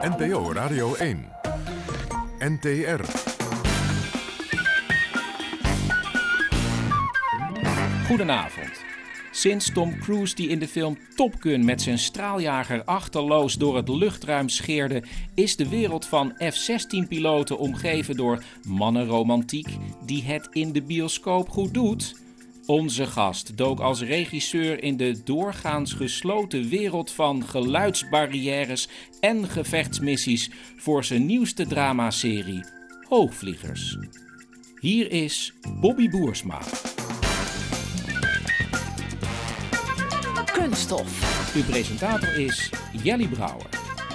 NPO Radio 1. NTR. Goedenavond. Sinds Tom Cruise die in de film Top Gun met zijn straaljager achterloos door het luchtruim scheerde, is de wereld van F-16-piloten omgeven door mannenromantiek die het in de bioscoop goed doet. Onze gast dook als regisseur in de doorgaans gesloten wereld van geluidsbarrières en gevechtsmissies voor zijn nieuwste dramaserie Hoogvliegers. Hier is Bobby Boersma. Kunststof. Uw presentator is Jelly Brouwer.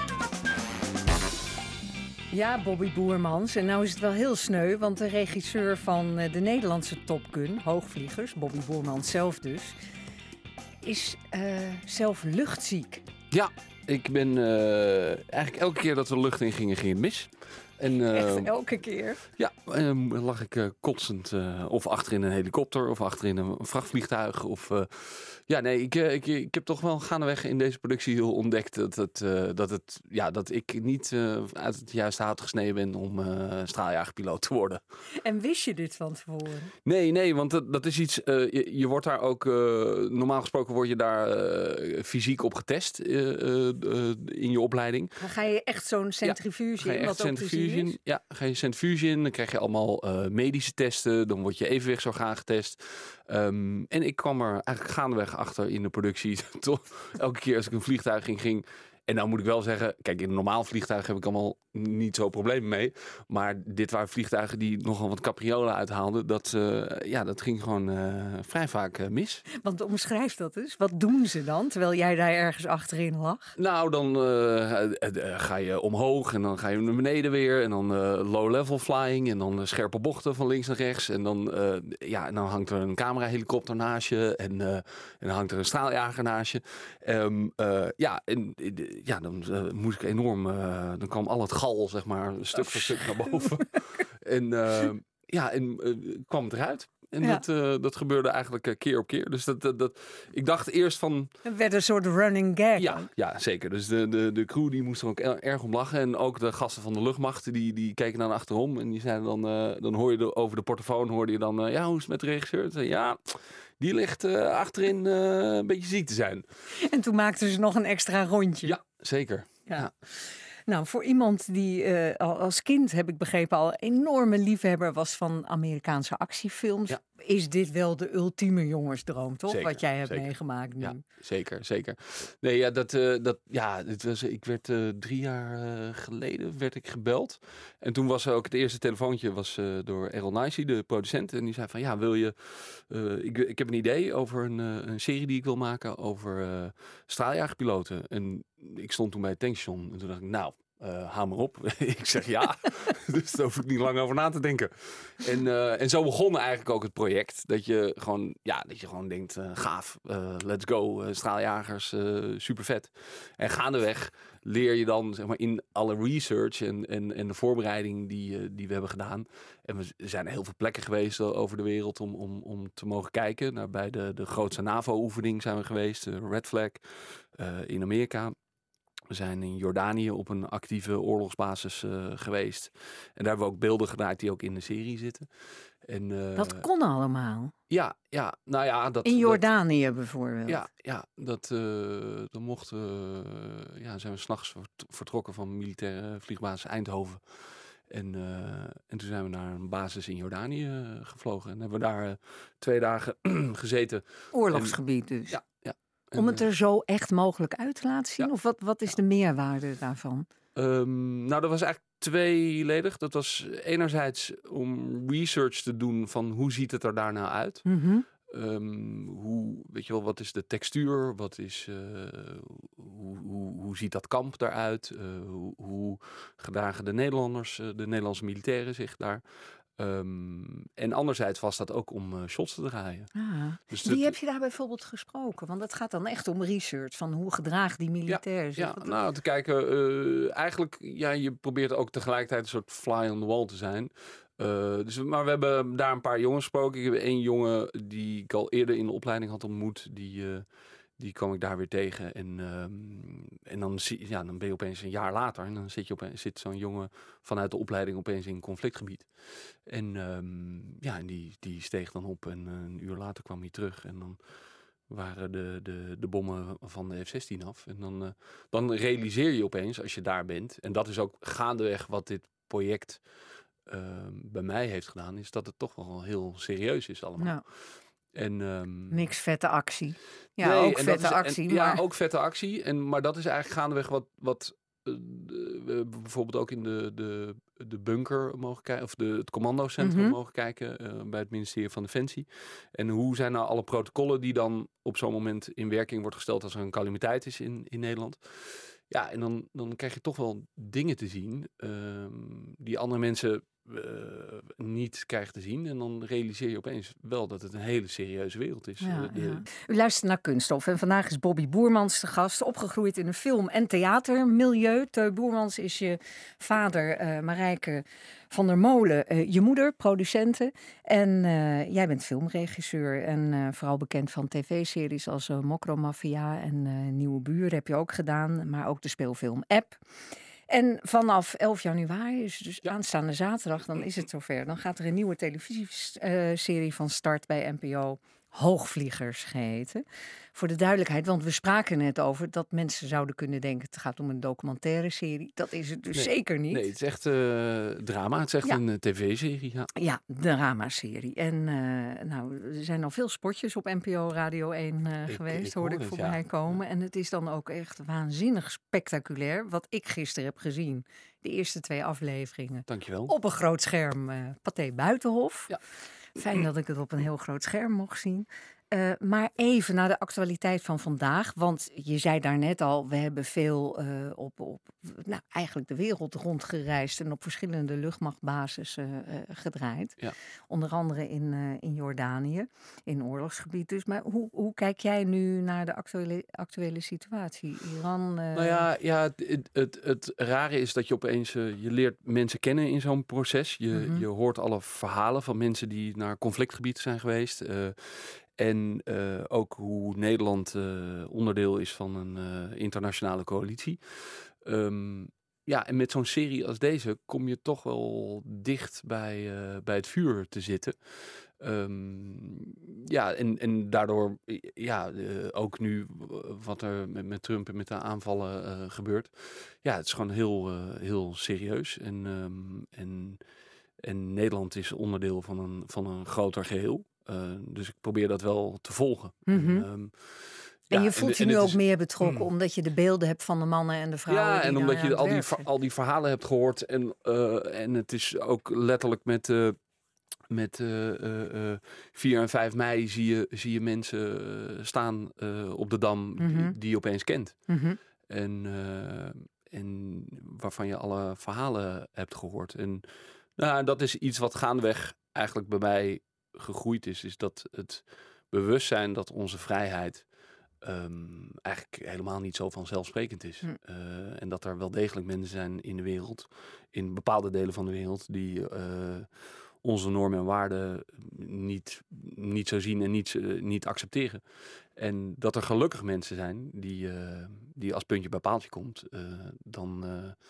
Ja, Bobby Boermans. En nou is het wel heel sneu, want de regisseur van de Nederlandse Top Gun, Hoogvliegers, Bobby Boermans zelf dus, is zelf luchtziek. Ja, ik ben eigenlijk elke keer dat we de lucht in gingen, ging het mis. En, Echt elke keer? Ja, lag ik kotsend of achterin een helikopter of achterin een vrachtvliegtuig. Ik heb toch wel gaandeweg in deze productie heel ontdekt dat ik niet uit het juiste hout gesneden ben om straaljagerpiloot te worden. En wist je dit van tevoren? Nee, want dat is iets. Je wordt daar ook. Normaal gesproken word je daar fysiek op getest in je opleiding. Dan ga je echt zo'n centrifuge in, wat ook te zien is? Ja, ga je centrifuge in. Dan krijg je allemaal medische testen. Dan wordt je evenwichtsorgaan getest. En ik kwam er eigenlijk gaandeweg achter in de productie. Toch elke keer als ik een vliegtuig ging. En nou moet ik wel zeggen, kijk, in een normaal vliegtuig heb ik allemaal niet zo problemen mee. Maar dit waren vliegtuigen die nogal wat capriolen uithaalden. Dat ging gewoon vrij vaak mis. Want omschrijf dat dus. Wat doen ze dan, terwijl jij daar ergens achterin lag? Nou, dan ga je omhoog en dan ga je naar beneden weer. En dan low-level flying en dan scherpe bochten van links naar rechts. En dan hangt er een camerahelikopter naast je. En dan hangt er een straaljager naast je. Dan moest ik enorm. Dan kwam al het gal, zeg maar, stuk voor stuk naar boven. En kwam het eruit. En dat gebeurde eigenlijk keer op keer. Dus ik dacht eerst van. Het werd een soort running gag. Ja, zeker. Dus de crew die moest er ook erg om lachen. En ook de gasten van de luchtmacht die keken dan achterom. En die zeiden dan hoor je over de portofoon hoorde je dan. Hoe is het met de regisseur? Zei, ja, die ligt achterin een beetje ziek te zijn. En toen maakten ze nog een extra rondje. Ja, zeker. Ja. Nou, voor iemand die als kind, heb ik begrepen, al een enorme liefhebber was van Amerikaanse actiefilms. Ja. Is dit wel de ultieme jongensdroom, toch? Zeker, wat jij hebt meegemaakt nu. Ja, zeker. Nee, ik werd 3 jaar geleden werd ik gebeld. En toen was ook het eerste telefoontje door Errol Nicey, de producent. En die zei van, ja, wil je... ik heb een idee over een serie die ik wil maken over straaljagerpiloten. En ik stond toen bij het tankstation. En toen dacht ik, nou... hou maar op. Ik zeg ja. Dus daar hoef ik niet lang over na te denken. En zo begon eigenlijk ook het project. Dat je gewoon denkt, gaaf, let's go, straaljagers, super vet. En gaandeweg leer je dan, zeg maar, in alle research en de voorbereiding die we hebben gedaan. En we zijn naar heel veel plekken geweest over de wereld om te mogen kijken. Nou, bij de grootste NAVO-oefening zijn we geweest, Red Flag, in Amerika. We zijn in Jordanië op een actieve oorlogsbasis geweest. En daar hebben we ook beelden gedraaid die ook in de serie zitten. En, dat kon allemaal? Ja. Nou ja, in Jordanië bijvoorbeeld? Ja. Dan mochten zijn we 's nachts vertrokken van militaire vliegbasis Eindhoven. En toen zijn we naar een basis in Jordanië gevlogen. En hebben we daar 2 dagen gezeten. Oorlogsgebied dus? Ja. Om het er zo echt mogelijk uit te laten zien? Ja. Of wat is de meerwaarde daarvan? Dat was eigenlijk tweeledig. Dat was enerzijds om research te doen van hoe ziet het er daar nou uit? Mm-hmm. Wat is de textuur? Hoe ziet dat kamp daaruit? Hoe gedragen de Nederlandse militairen zich daar? En anderzijds was dat ook om shots te draaien. Dus wie heb je daar bijvoorbeeld gesproken? Want het gaat dan echt om research. Van hoe gedragen die militairen zich? Te kijken. Je probeert ook tegelijkertijd een soort fly on the wall te zijn. Maar we hebben daar een paar jongens gesproken. Ik heb 1 jongen die ik al eerder in de opleiding had ontmoet. Die kwam ik daar weer tegen. En dan ben je opeens een jaar later. En dan zit zo'n jongen vanuit de opleiding opeens in een conflictgebied. En die steeg dan op. En een uur later kwam hij terug. En dan waren de bommen van de F-16 af. En dan realiseer je opeens, als je daar bent. En dat is ook gaandeweg wat dit project bij mij heeft gedaan. Is dat het toch wel heel serieus is allemaal. Nou. En, niks vette actie. Ja, nee, ook vette actie. Maar... Ja, ook vette actie. Maar dat is eigenlijk gaandeweg wat we bijvoorbeeld ook in de bunker mogen kijken, of het commandocentrum mogen kijken bij het ministerie van Defensie. En hoe zijn nou alle protocollen die dan op zo'n moment in werking wordt gesteld als er een calamiteit is in Nederland. Ja, en dan krijg je toch wel dingen te zien die andere mensen niet krijgen te zien. En dan realiseer je opeens wel dat het een hele serieuze wereld is. Ja. U luistert naar Kunststof en vandaag is Bobby Boermans de gast. Opgegroeid in een film- en theatermilieu. Teu Boermans is je vader, Marijke van der Molen, je moeder, producente. En jij bent filmregisseur en vooral bekend van tv-series als Mokromafia en Nieuwe Buren heb je ook gedaan. Maar ook de speelfilm App. En vanaf 11 januari, dus aanstaande zaterdag, dan is het zover. Dan gaat er een nieuwe televisieserie van start bij NPO, Hoogvliegers geheten. Voor de duidelijkheid, want we spraken net over dat mensen zouden kunnen denken het gaat om een documentaire serie. Dat is het dus zeker niet. Nee, het is echt drama. Het is echt een tv-serie. Ja, dramaserie. En er zijn al veel spotjes op NPO Radio 1 geweest, hoorde ik voorbij komen. En het is dan ook echt waanzinnig spectaculair, wat ik gisteren heb gezien. De eerste 2 afleveringen. Dankjewel. Op een groot scherm, Pathé Buitenhof. Ja. Fijn dat ik het op een heel groot scherm mocht zien. Maar even naar de actualiteit van vandaag. Want je zei daarnet al, we hebben veel eigenlijk de wereld rondgereisd en op verschillende luchtmachtbases gedraaid. Ja. Onder andere in Jordanië, in oorlogsgebied dus. Maar hoe kijk jij nu naar de actuele situatie? Iran? Het rare is dat je opeens, je leert mensen kennen in zo'n proces. Je hoort alle verhalen van mensen die naar conflictgebieden zijn geweest. En ook hoe Nederland onderdeel is van een internationale coalitie. En met zo'n serie als deze kom je toch wel dicht bij het vuur te zitten. En daardoor, ook nu wat er met Trump en met de aanvallen gebeurt. Ja, het is gewoon heel serieus. En Nederland is onderdeel van een groter geheel. Dus ik probeer dat wel te volgen. En je voelt je nu ook meer betrokken omdat je de beelden hebt van de mannen en de vrouwen. Ja, en omdat je al die verhalen hebt gehoord. En het is ook letterlijk met 4 en 5 mei zie je mensen staan op de Dam die je opeens kent. En waarvan je alle verhalen hebt gehoord. En dat is iets wat gaandeweg eigenlijk bij mij gegroeid is dat het bewustzijn dat onze vrijheid eigenlijk helemaal niet zo vanzelfsprekend is. En dat er wel degelijk mensen zijn in de wereld, in bepaalde delen van de wereld, die onze normen en waarden niet zo zien en niet accepteren. En dat er gelukkig mensen zijn die als puntje bij paaltje komt, dan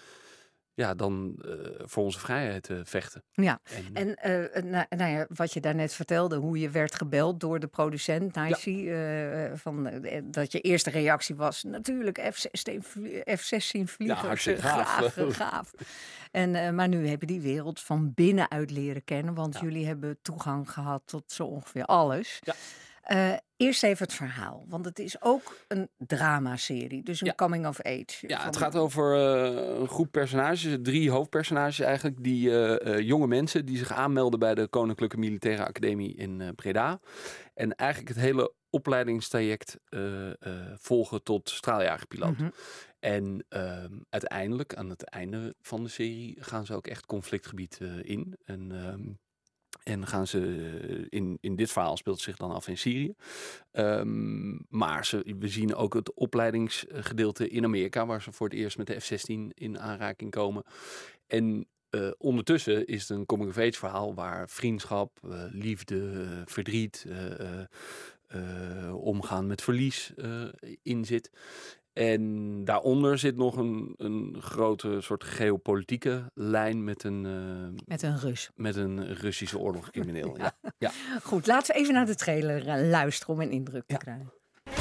voor onze vrijheid vechten. Ja, en wat je daarnet vertelde, hoe je werd gebeld door de producent, Naisi, dat je eerste reactie was, natuurlijk F-16 vliegers, gaaf. Maar nu heb je die wereld van binnenuit leren kennen, want jullie hebben toegang gehad tot zo ongeveer alles. Ja. Eerst even het verhaal, want het is ook een dramaserie, dus een coming of age. Ja, het gaat over een groep personages, 3 hoofdpersonages eigenlijk, die jonge mensen die zich aanmelden bij de Koninklijke Militaire Academie in Breda. En eigenlijk het hele opleidingstraject volgen tot straaljagerpiloot. En uiteindelijk, aan het einde van de serie, gaan ze ook echt conflictgebied in. En gaan ze in dit verhaal speelt zich dan af in Syrië. Maar we zien ook het opleidingsgedeelte in Amerika, waar ze voor het eerst met de F-16 in aanraking komen. En ondertussen is het een coming of age verhaal waar vriendschap, liefde, verdriet, omgaan met verlies in zit. En daaronder zit nog een grote soort geopolitieke lijn met een... Met een Rus. Met een Russische oorlogscrimineel, ja. Goed, laten we even naar de trailer luisteren om een indruk te krijgen.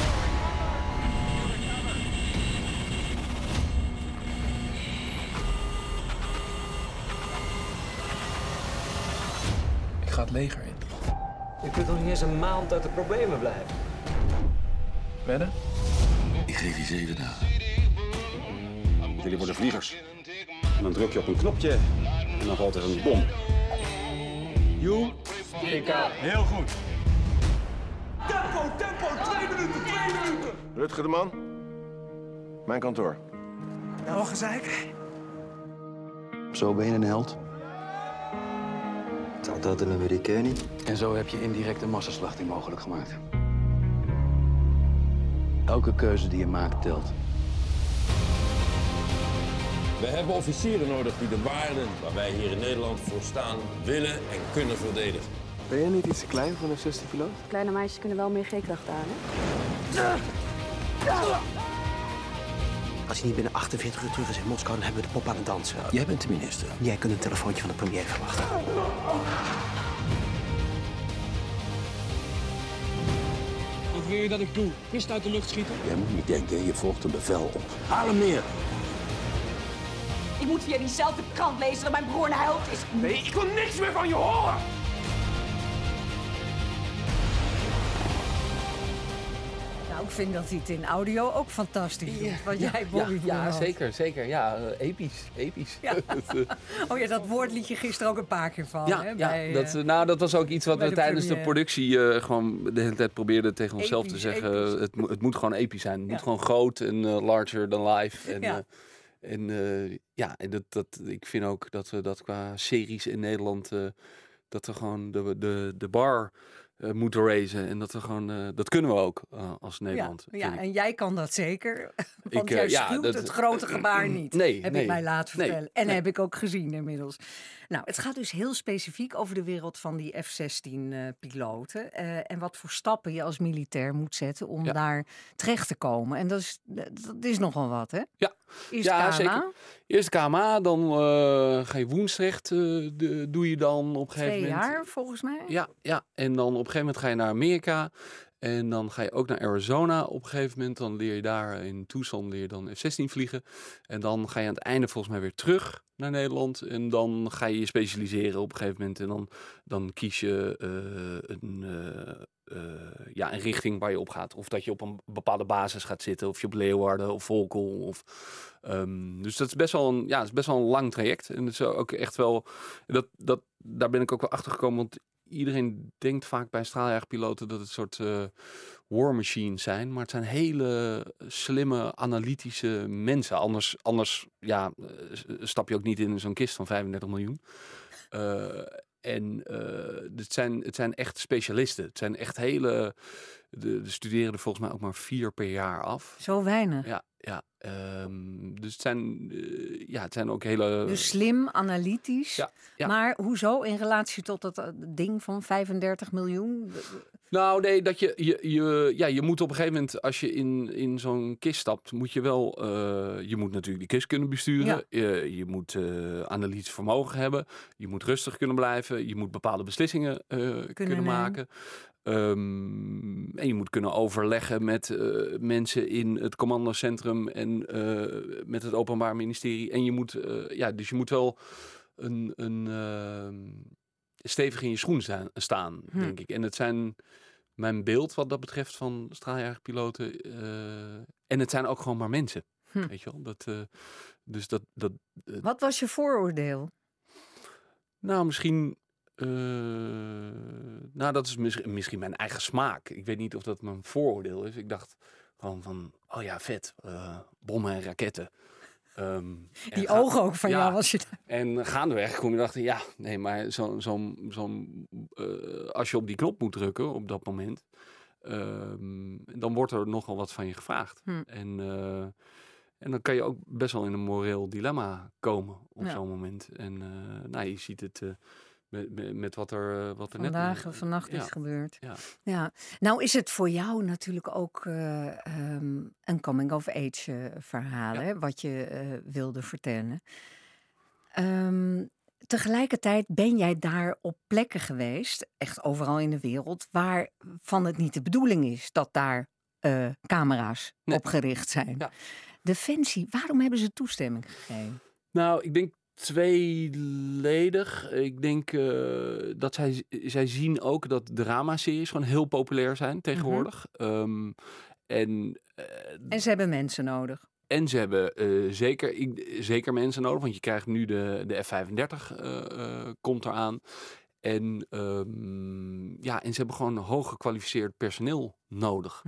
Ik ga het leger in. Je kunt toch niet eens een maand uit de problemen blijven? Wedden? Ik geef je 7 dagen. Jullie worden vliegers. En dan druk je op een knopje en dan valt er een bom. You, PK. Heel goed. Tempo, 2 minuten. Rutger de Man, mijn kantoor. Nou, gezeik. Zo ben je een held. Dat een Amerikaan. En zo heb je indirect een massaslachting mogelijk gemaakt. Elke keuze die je maakt telt. We hebben officieren nodig die de waarden waar wij hier in Nederland voor staan, willen en kunnen verdedigen. Ben je niet iets te klein voor een F-16-piloot? Kleine meisjes kunnen wel meer G-kracht aan, hè? Als je niet binnen 48 uur terug is in Moskou, dan hebben we de pop aan het dansen. Jij bent de minister. Jij kunt een telefoontje van de premier verwachten. Wat wil je dat ik doe? Kist uit de lucht schieten? Jij moet niet denken, je volgt een bevel op. Haal hem neer. Ik moet via diezelfde krant lezen dat mijn broer een held is. Nee, ik wil niks meer van je horen! Nou, ik vind dat hij het in audio ook fantastisch doet. Wat jij, Bobby Boerman. Zeker. Ja, episch. Ja. Oh ja, dat woord liet je gisteren ook een paar keer van. Ja, hè, dat was ook iets wat we tijdens de productie gewoon de hele tijd probeerden tegen onszelf te Episch, zeggen. Het moet gewoon episch zijn. Het moet gewoon groot en larger than life. En, ik vind ook dat we dat qua series in Nederland, dat we gewoon de bar moeten raisen. En dat we gewoon, dat kunnen we ook als Nederland. Ja, en jij kan dat zeker. Want jij schuwt het grote gebaar niet. Heb ik mij laten vertellen. En heb ik ook gezien inmiddels. Nou, het gaat dus heel specifiek over de wereld van die F-16-piloten. En wat voor stappen je als militair moet zetten om daar terecht te komen. En dat is nogal wat, hè? Ja, Eerst KMA. Zeker. Eerst KMA, dan ga je Woensdrecht, doe je dan op een gegeven moment. 2 jaar volgens mij. Ja, en dan op een gegeven moment ga je naar Amerika. En dan ga je ook naar Arizona op een gegeven moment. Dan leer je daar in Tucson dan F-16 vliegen. En dan ga je aan het einde volgens mij weer terug naar Nederland. En dan ga je je specialiseren op een gegeven moment. En dan kies je een richting waar je op gaat. Of dat je op een bepaalde basis gaat zitten. Of je op Leeuwarden of Volkel. Dus dat is best wel een lang traject. En het is ook echt wel... Daar ben ik ook wel achter gekomen. Want iedereen denkt vaak bij straaljagerpiloten dat het een soort war machines zijn. Maar het zijn hele slimme, analytische mensen. Anders stap je ook niet in zo'n kist van 35 miljoen. Het zijn echt specialisten. Het zijn echt hele... De studeren er volgens mij ook maar 4 per jaar af. Zo weinig. Ja. Dus het zijn ook hele... Dus slim, analytisch. Ja. Maar hoezo in relatie tot dat ding van 35 miljoen? Nou, nee, dat je moet op een gegeven moment, als je in zo'n kist stapt, moet je wel... je moet natuurlijk die kist kunnen besturen. Ja. Je moet analytisch vermogen hebben. Je moet rustig kunnen blijven. Je moet bepaalde beslissingen kunnen maken. En je moet kunnen overleggen met mensen in het commandocentrum en met het Openbaar Ministerie. En je moet, dus je moet wel stevig in je schoen staan, denk ik. En het zijn mijn beeld wat dat betreft van straaljagerpiloten. En het zijn ook gewoon maar mensen. Weet je wel? Wat was je vooroordeel? Nou, misschien... dat is misschien mijn eigen smaak. Ik weet niet of dat mijn vooroordeel is. Ik dacht gewoon van, oh ja, vet. Bommen en raketten. Die ogen ook van jou was je... En gaandeweg kom je erachter, maar als je op die knop moet drukken op dat moment, dan wordt er nogal wat van je gevraagd. En dan kan je ook best wel in een moreel dilemma komen op zo'n moment. En je ziet het... met wat er vannacht is gebeurd. Ja. Ja. Nou is het voor jou natuurlijk ook een coming-of-age verhaal, hè, wat je wilde vertellen. Tegelijkertijd ben jij daar op plekken geweest, echt overal in de wereld, waarvan het niet de bedoeling is dat daar camera's op gericht zijn. Ja. Defensie, waarom hebben ze toestemming gegeven? Nou, ik denk tweeledig. Ik denk dat zij zien ook dat dramaseries gewoon heel populair zijn tegenwoordig. En ze hebben mensen nodig. En ze hebben zeker mensen nodig, want je krijgt nu de F-35 komt eraan. En ze hebben gewoon hoog gekwalificeerd personeel nodig.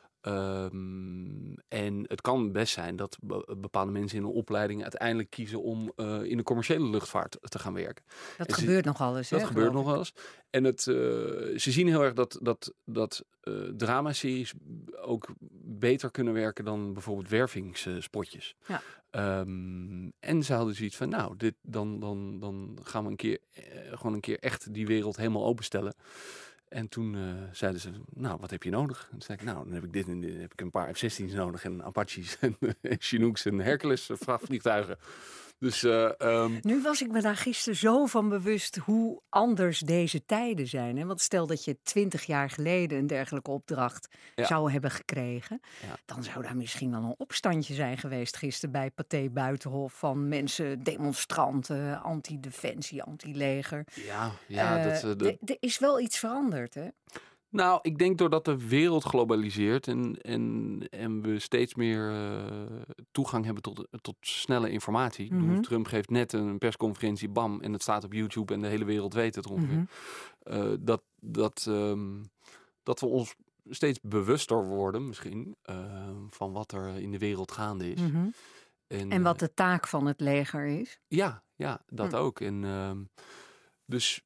En het kan best zijn dat bepaalde mensen in een opleiding uiteindelijk kiezen om in de commerciële luchtvaart te gaan werken. Dat gebeurt nogal eens. Dat gebeurt nog wel eens. En ze zien heel erg dat dramaseries ook beter kunnen werken dan bijvoorbeeld wervingsspotjes. Ja. En ze hadden zoiets van, nou, dan gaan we gewoon een keer echt die wereld helemaal openstellen. En toen zeiden ze, nou, wat heb je nodig? En toen zei ik, nou, dan heb ik dit en dit. Heb ik een paar F-16's nodig en Apaches en Chinooks en Hercules vrachtvliegtuigen. Dus, Nu was ik me daar gisteren zo van bewust hoe anders deze tijden zijn. Hè? Want stel dat je 20 jaar geleden een dergelijke opdracht zou hebben gekregen. Ja. Dan zou daar misschien wel een opstandje zijn geweest gisteren bij Pathé Buitenhof. Van mensen, demonstranten, anti-defensie, anti-leger. Er is wel iets veranderd, hè? Nou, ik denk doordat de wereld globaliseert en we steeds meer toegang hebben tot snelle informatie. Trump geeft net een persconferentie, bam, en het staat op YouTube en de hele wereld weet het ongeveer. Dat we ons steeds bewuster worden misschien van wat er in de wereld gaande is. En wat de taak van het leger is. Ja, dat ook. En dus...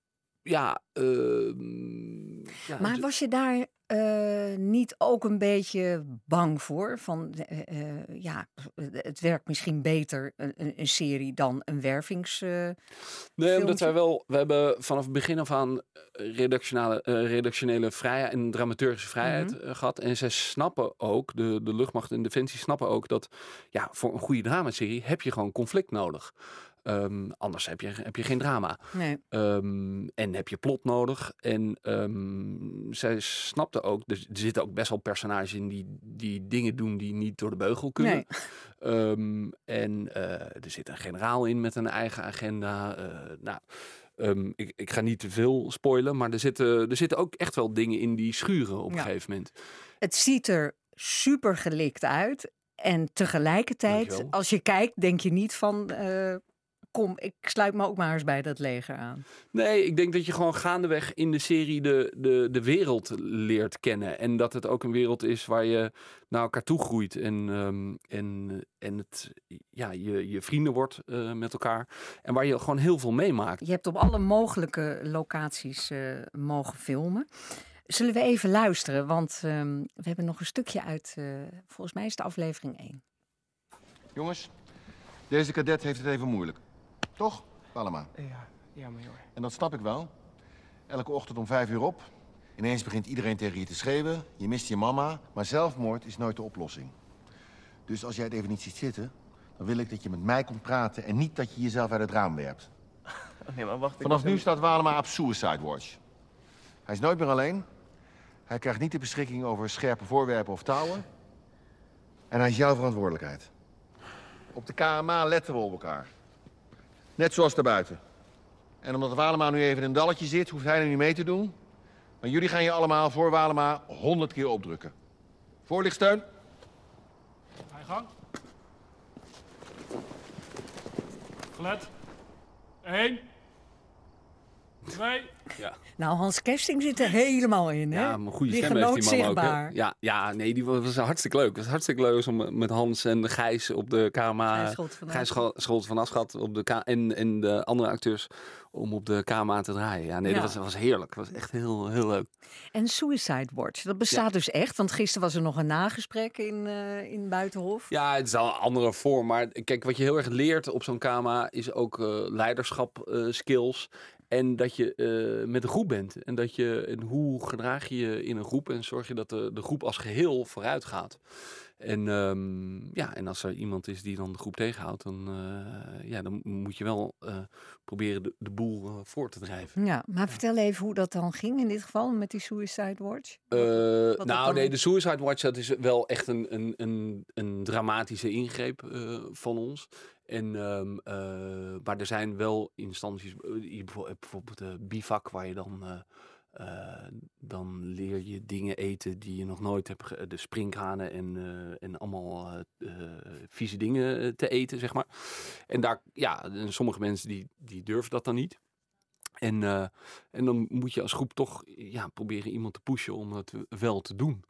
Maar was je daar niet ook een beetje bang voor? Van, het werkt misschien beter een serie dan een wervings. Nee, omdat we hebben vanaf het begin af aan redactionele vrijheid en dramaturgische vrijheid gehad. En zij snappen ook, de luchtmacht en defensie snappen ook dat voor een goede dramaserie heb je gewoon conflict nodig. Anders heb je geen drama. Nee. En heb je plot nodig. En zij snapte ook, er zitten ook best wel personages in die dingen doen die niet door de beugel kunnen. Nee. Er zit een generaal in met een eigen agenda. Ik ga niet te veel spoilen, maar er zitten ook echt wel dingen in die schuren op een gegeven moment. Het ziet er super gelikt uit. En tegelijkertijd, als je kijkt, denk je niet van... Kom, ik sluit me ook maar eens bij dat leger aan. Nee, ik denk dat je gewoon gaandeweg in de serie de wereld leert kennen. En dat het ook een wereld is waar je naar elkaar toe groeit. En het, je vrienden wordt met elkaar. En waar je gewoon heel veel meemaakt. Je hebt op alle mogelijke locaties mogen filmen. Zullen we even luisteren? Want we hebben nog een stukje uit, volgens mij is het aflevering 1. Jongens, deze kadet heeft het even moeilijk. Toch, Palema? Ja, major. En dat snap ik wel. Elke ochtend om 5 uur op. Ineens begint iedereen tegen je te schreeuwen. Je mist je mama. Maar zelfmoord is nooit de oplossing. Dus als jij het even niet ziet zitten... dan wil ik dat je met mij komt praten... en niet dat je jezelf uit het raam werpt. Nee, maar wacht. Vanaf nu staat Walema op Suicide Watch. Hij is nooit meer alleen. Hij krijgt niet de beschikking over scherpe voorwerpen of touwen. En hij is jouw verantwoordelijkheid. Op de KMA letten we op elkaar. Net zoals daarbuiten. En omdat Walema nu even in een dalletje zit, hoeft hij er niet mee te doen. Maar jullie gaan je allemaal voor Walema 100 keer opdrukken. Voorlichtsteun. Ga je gang. Gelet. 1. 2. Ja. Nou, Hans Kesting zit er helemaal in, hè? Ja, een goede stem heeft die man ook, hè? Nee, die was hartstikke leuk. Het was hartstikke leuk om met Hans en Gijs op de KMA... Gijs Scholte van Aschat op de en de andere acteurs om op de KMA te draaien. Ja, nee, dat was heerlijk. Dat was echt heel, heel leuk. En Suicide Watch, dat bestaat dus echt? Want gisteren was er nog een nagesprek in Buitenhof. Ja, het is al een andere vorm. Maar kijk, wat je heel erg leert op zo'n KMA is ook leiderschap skills. En dat je met een groep bent. En hoe gedraag je je in een groep en zorg je dat de groep als geheel vooruit gaat. En als er iemand is die dan de groep tegenhoudt, dan moet je wel proberen de boel voor te drijven. Ja, maar vertel even hoe dat dan ging in dit geval met die Suicide Watch. De Suicide Watch, dat is wel echt een dramatische ingreep van ons. Maar er zijn wel instanties, bijvoorbeeld bivak, waar je dan leer je dingen eten die je nog nooit hebt, de springhanen en allemaal vieze dingen te eten, zeg maar. En daar, sommige mensen die durven dat dan niet. En dan moet je als groep toch proberen iemand te pushen om het wel te doen.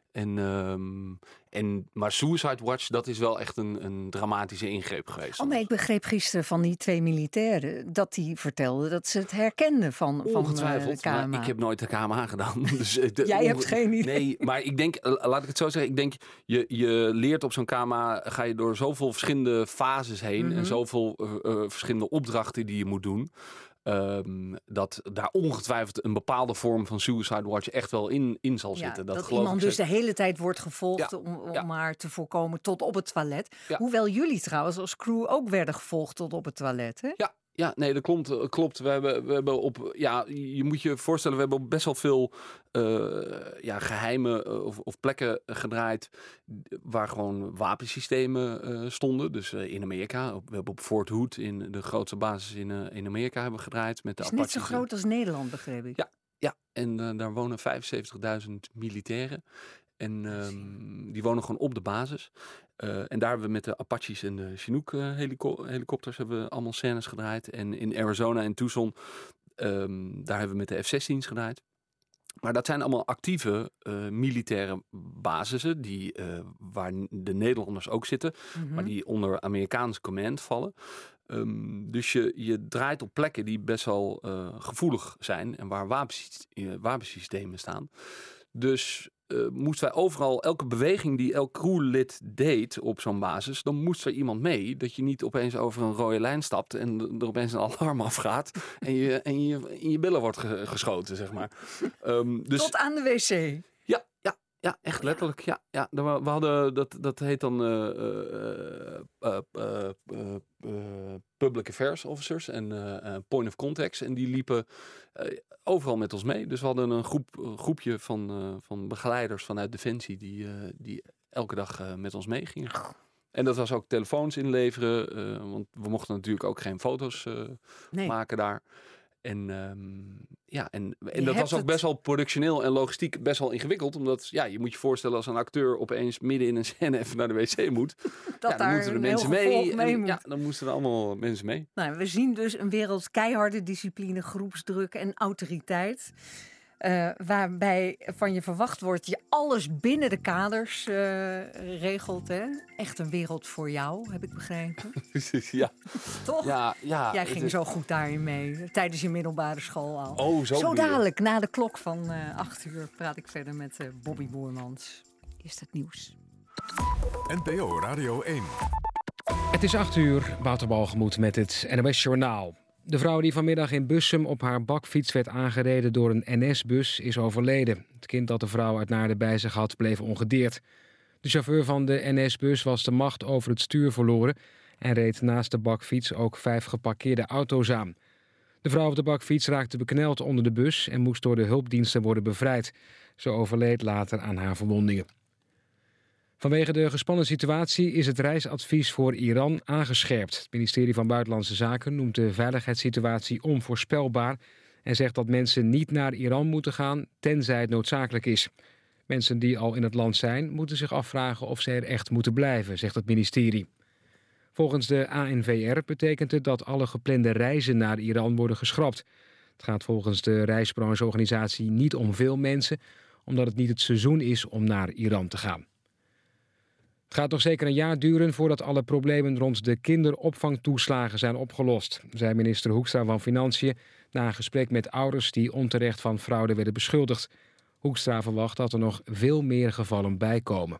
Maar Suicide Watch, dat is wel echt een dramatische ingreep geweest. Maar ik begreep gisteren van die 2 militairen dat die vertelden dat ze het herkenden van de KMA. Maar ik heb nooit de KMA gedaan. Dus Jij hebt geen idee. Nee, maar ik denk, laat ik het zo zeggen. Ik denk, je leert op zo'n KMA, ga je door zoveel verschillende fases heen. En zoveel verschillende opdrachten die je moet doen. Dat daar ongetwijfeld een bepaalde vorm van Suicide Watch echt wel in zal zitten. Dat iemand dus de hele tijd wordt gevolgd om maar te voorkomen tot op het toilet. Ja. Hoewel jullie trouwens als crew ook werden gevolgd tot op het toilet, hè? Ja, nee, dat klopt. We hebben je moet je voorstellen, we hebben op best wel veel geheime of plekken gedraaid waar gewoon wapensystemen stonden. Dus in Amerika, we hebben op Fort Hood, in de grootste basis in Amerika, hebben we gedraaid met de Apaches. Het is net zo groot als Nederland, begreep ik. Ja. En daar wonen 75.000 militairen. En die wonen gewoon op de basis. En daar hebben we met de Apaches en de Chinook helikopters hebben we allemaal scènes gedraaid. En in Arizona en Tucson, daar hebben we met de F-16's gedraaid. Maar dat zijn allemaal actieve militaire basissen waar de Nederlanders ook zitten. Maar die onder Amerikaans command vallen. Dus je draait op plekken die best wel gevoelig zijn en waar wapensystemen staan. Dus moesten wij overal, elke beweging die elk crewlid deed op zo'n basis, dan moest er iemand mee. Dat je niet opeens over een rode lijn stapt en er opeens een alarm afgaat en je in je billen wordt geschoten, zeg maar. Dus, tot aan de wc? Ja, echt letterlijk. Ja. We hadden, dat heet dan Public Affairs Officers en Point of Contacts. En die liepen overal met ons mee. Dus we hadden een groepje van begeleiders vanuit Defensie die elke dag met ons meegingen. En dat was ook telefoons inleveren, want we mochten natuurlijk ook geen foto's maken daar. En dat was ook best wel productioneel en logistiek best wel ingewikkeld. Omdat je moet je voorstellen als een acteur opeens midden in een scène even naar de wc moet. Dan moeten er mensen mee. Dan moesten er allemaal mensen mee. Nou, we zien dus een wereld keiharde discipline, groepsdruk en autoriteit. Waarbij van je verwacht wordt je alles binnen de kaders regelt. Hè? Echt een wereld voor jou, heb ik begrepen. Ja. Toch? Ja, jij ging zo goed daarin mee, tijdens je middelbare school al. Oh, zo dadelijk, na de klok van 8 uur, praat ik verder met Bobby Boermans. Is dat nieuws? NPO Radio 1. Het is 8 uur, Wouter Balgemoed met het NOS Journaal. De vrouw die vanmiddag in Bussum op haar bakfiets werd aangereden door een NS-bus is overleden. Het kind dat de vrouw uit Naarden bij zich had bleef ongedeerd. De chauffeur van de NS-bus was de macht over het stuur verloren en reed naast de bakfiets ook 5 geparkeerde auto's aan. De vrouw op de bakfiets raakte bekneld onder de bus en moest door de hulpdiensten worden bevrijd. Ze overleed later aan haar verwondingen. Vanwege de gespannen situatie is het reisadvies voor Iran aangescherpt. Het ministerie van Buitenlandse Zaken noemt de veiligheidssituatie onvoorspelbaar en zegt dat mensen niet naar Iran moeten gaan, tenzij het noodzakelijk is. Mensen die al in het land zijn, moeten zich afvragen of ze er echt moeten blijven, zegt het ministerie. Volgens de ANVR betekent het dat alle geplande reizen naar Iran worden geschrapt. Het gaat volgens de reisbrancheorganisatie niet om veel mensen, omdat het niet het seizoen is om naar Iran te gaan. Het gaat nog zeker een jaar duren voordat alle problemen rond de kinderopvangtoeslagen zijn opgelost, zei minister Hoekstra van Financiën na een gesprek met ouders die onterecht van fraude werden beschuldigd. Hoekstra verwacht dat er nog veel meer gevallen bijkomen.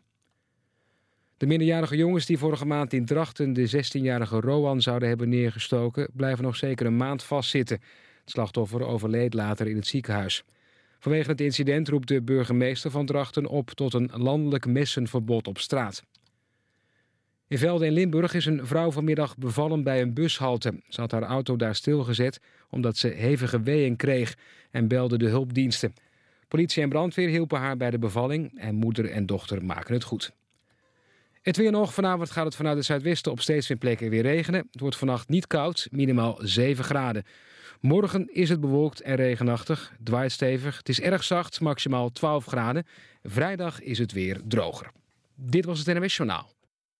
De minderjarige jongens die vorige maand in Drachten de 16-jarige Roan zouden hebben neergestoken, blijven nog zeker een maand vastzitten. Het slachtoffer overleed later in het ziekenhuis. Vanwege het incident roept de burgemeester van Drachten op tot een landelijk messenverbod op straat. In Velde in Limburg is een vrouw vanmiddag bevallen bij een bushalte. Ze had haar auto daar stilgezet omdat ze hevige weeën kreeg en belde de hulpdiensten. Politie en brandweer hielpen haar bij de bevalling en moeder en dochter maken het goed. Het weer nog. Vanavond gaat het vanuit het zuidwesten op steeds meer plekken weer regenen. Het wordt vannacht niet koud, minimaal 7 graden. Morgen is het bewolkt en regenachtig. Het waait stevig. Het is erg zacht, maximaal 12 graden. Vrijdag is het weer droger. Dit was het NMS Journaal.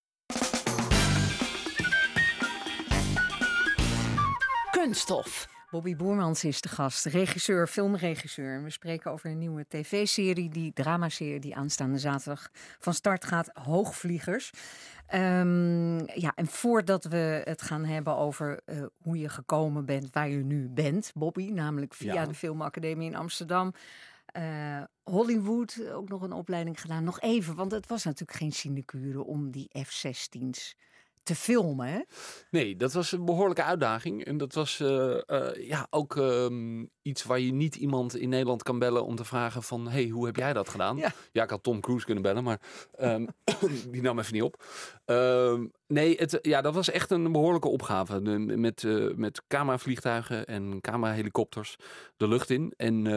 Kunststof. Bobby Boermans is de gast, regisseur, filmregisseur. We spreken over een nieuwe tv-serie, dramaserie die aanstaande zaterdag van start gaat, Hoogvliegers. En voordat we het gaan hebben over hoe je gekomen bent waar je nu bent, Bobby, namelijk via de Filmacademie in Amsterdam. Hollywood, ook nog een opleiding gedaan. Nog even, want het was natuurlijk geen sinecure om die F-16's te filmen, hè? Nee, dat was een behoorlijke uitdaging. En dat was ook iets waar je niet iemand in Nederland kan bellen om te vragen van, hey, hoe heb jij dat gedaan? Ja, ik had Tom Cruise kunnen bellen, maar die nam even niet op. Dat was echt een behoorlijke opgave. Met cameravliegtuigen en camerahelikopters de lucht in. En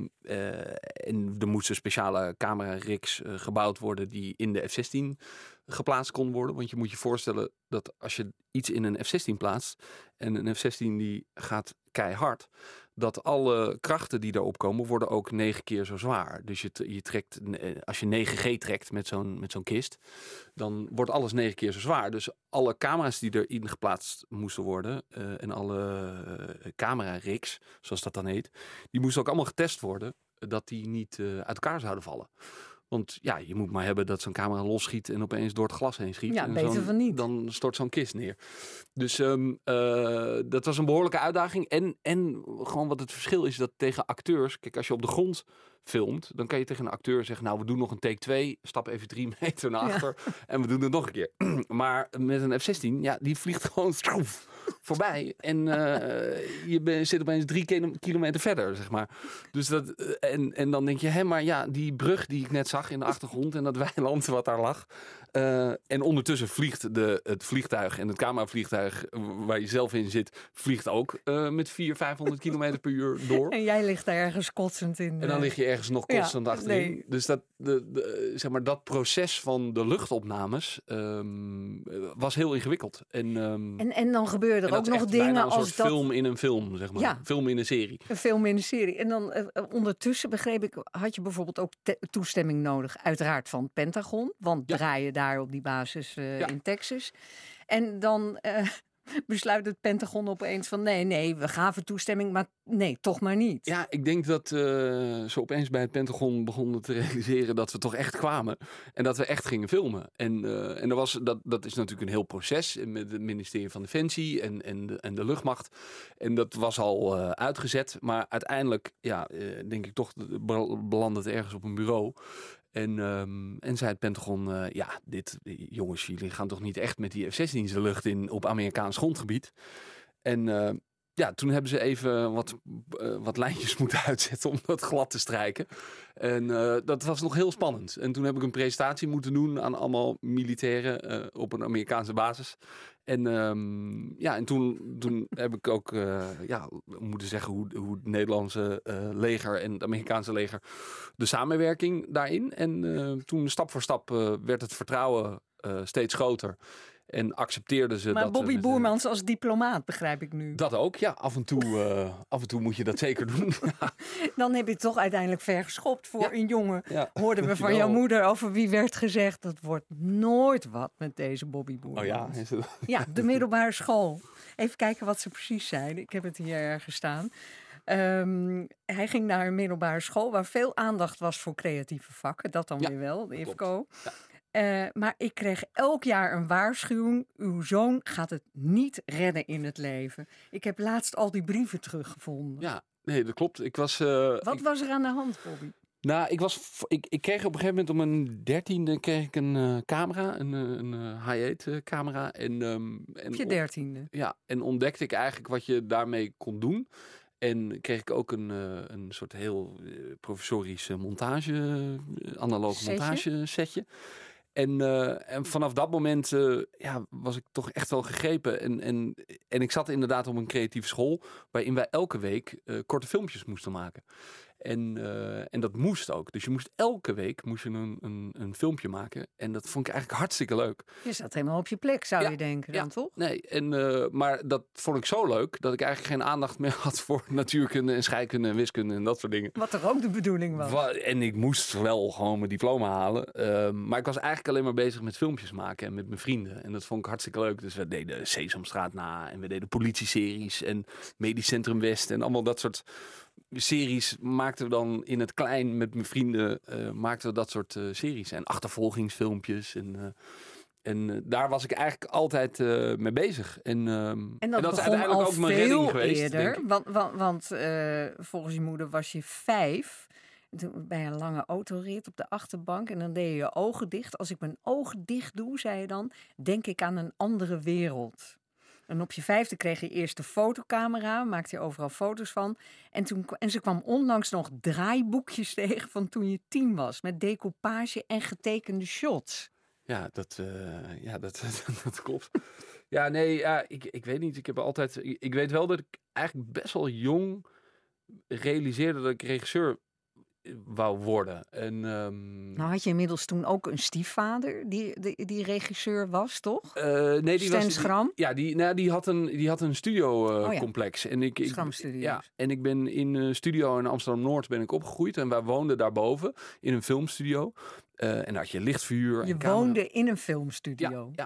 er moesten speciale camera-rigs gebouwd worden die in de F-16 geplaatst kon worden. Want je moet je voorstellen dat als je iets in een F-16 plaatst en een F-16 die gaat keihard, dat alle krachten die daarop komen worden ook 9 keer zo zwaar. Dus je trekt, als je 9G trekt met zo'n kist, dan wordt alles 9 keer zo zwaar. Dus alle camera's die erin geplaatst moesten worden en alle camera-rigs, zoals dat dan heet, die moesten ook allemaal getest worden dat die niet uit elkaar zouden vallen. Want ja, je moet maar hebben dat zo'n camera losschiet en opeens door het glas heen schiet. Ja, en beter van niet. Dan stort zo'n kist neer. Dus dat was een behoorlijke uitdaging. En gewoon wat het verschil is dat tegen acteurs, kijk, als je op de grond filmt, dan kan je tegen een acteur zeggen, nou, we doen nog een take 2, stap even 3 meter naar achter en we doen het nog een keer. Maar met een F-16, ja, die vliegt gewoon voorbij en zit opeens 3 kilometer verder, zeg maar. Dus dat, en dan denk je, maar ja, die brug die ik net zag in de achtergrond en dat weiland wat daar lag. En ondertussen vliegt het vliegtuig en het cameravliegtuig waar je zelf in zit, vliegt ook met 400-500 kilometer per uur door. En jij ligt daar ergens kotsend in. En dan lig je ergens nog constant achterin. Nee. Dus dat proces van de luchtopnames was heel ingewikkeld. En dan gebeuren er ook nog dingen als als dat film in een film, zeg maar. Ja. Film in een serie. Een film in een serie. En dan ondertussen, begreep ik, had je bijvoorbeeld ook toestemming nodig, uiteraard van het Pentagon. Want draaien daar op die basis in Texas. En dan besluit het Pentagon opeens van nee, we gaven toestemming, maar nee, toch maar niet. Ja, ik denk dat ze opeens bij het Pentagon begonnen te realiseren dat we toch echt kwamen. En dat we echt gingen filmen. En dat is natuurlijk een heel proces met het ministerie van Defensie en de luchtmacht. En dat was al uitgezet. Maar uiteindelijk, denk ik toch, belandde het ergens op een bureau. En zei het Pentagon, jongens, jullie gaan toch niet echt met die F-16's de lucht in op Amerikaans grondgebied. En toen hebben ze even wat lijntjes moeten uitzetten om dat glad te strijken. En dat was nog heel spannend. En toen heb ik een presentatie moeten doen aan allemaal militairen op een Amerikaanse basis. En toen heb ik ook moeten zeggen hoe het Nederlandse leger en het Amerikaanse leger de samenwerking daarin. En toen stap voor stap werd het vertrouwen steeds groter. En accepteerden ze maar dat... Bobby Boermans als diplomaat, begrijp ik nu. Dat ook, ja. Af en toe moet je dat zeker doen. Dan heb je het toch uiteindelijk vergeschopt voor een jongen. Ja. Hoorden we van jouw moeder over wie werd gezegd, dat wordt nooit wat met deze Bobby Boermans. Oh ja? Is het... Ja, de middelbare school. Even kijken wat ze precies zeiden. Ik heb het hier ergens staan. Hij ging naar een middelbare school waar veel aandacht was voor creatieve vakken. Dat dan weer wel, de IFCO. Ja. Maar ik kreeg elk jaar een waarschuwing. Uw zoon gaat het niet redden in het leven. Ik heb laatst al die brieven teruggevonden. Ja, nee, dat klopt. Wat was er aan de hand, Bobby? Nou, ik kreeg op een gegeven moment om mijn 13e kreeg ik een camera, een Hi8 camera. Op je 13e? Ja, en ontdekte ik eigenlijk wat je daarmee kon doen. En kreeg ik ook een soort heel professorisch analoge montagesetje. En vanaf dat moment was ik toch echt wel gegrepen. En ik zat inderdaad op een creatieve school waarin wij elke week korte filmpjes moesten maken. En dat moest ook. Dus je moest elke week een filmpje maken. En dat vond ik eigenlijk hartstikke leuk. Je zat helemaal op je plek, zou je denken dan, toch? Nee, maar dat vond ik zo leuk dat ik eigenlijk geen aandacht meer had voor natuurkunde en scheikunde en wiskunde en dat soort dingen. Wat er ook de bedoeling was. En ik moest wel gewoon mijn diploma halen. Maar ik was eigenlijk alleen maar bezig met filmpjes maken en met mijn vrienden. En dat vond ik hartstikke leuk. Dus we deden Sesamstraat na en we deden politieseries en Medisch Centrum West en allemaal dat soort series maakten we dan in het klein met mijn vrienden. Maakten we dat soort series en achtervolgingsfilmpjes en daar was ik eigenlijk altijd mee bezig. En dat is uiteindelijk ook mijn redding geweest. Eerder, want volgens je moeder was je 5. Bij een lange autorit op de achterbank. En dan deed je je ogen dicht. Als ik mijn ogen dicht doe, zei je dan, denk ik aan een andere wereld. En op je 5e kreeg je eerst de fotocamera, maakte je overal foto's van. En ze kwam onlangs nog draaiboekjes tegen van toen je 10 was. Met decoupage en getekende shots. Ja, dat klopt. Ja, nee, ik weet niet. Ik weet wel dat ik eigenlijk best wel jong realiseerde dat ik regisseur wou worden. Nou had je inmiddels toen ook een stiefvader die regisseur was, toch? Nee, die Stens Schram? Die had een studiocomplex. Schram Studios. Ja, en ik ben in een studio in Amsterdam-Noord ben ik opgegroeid. En wij woonden daarboven in een filmstudio. En daar had je lichtvuur. Je woonde in een filmstudio? Ja,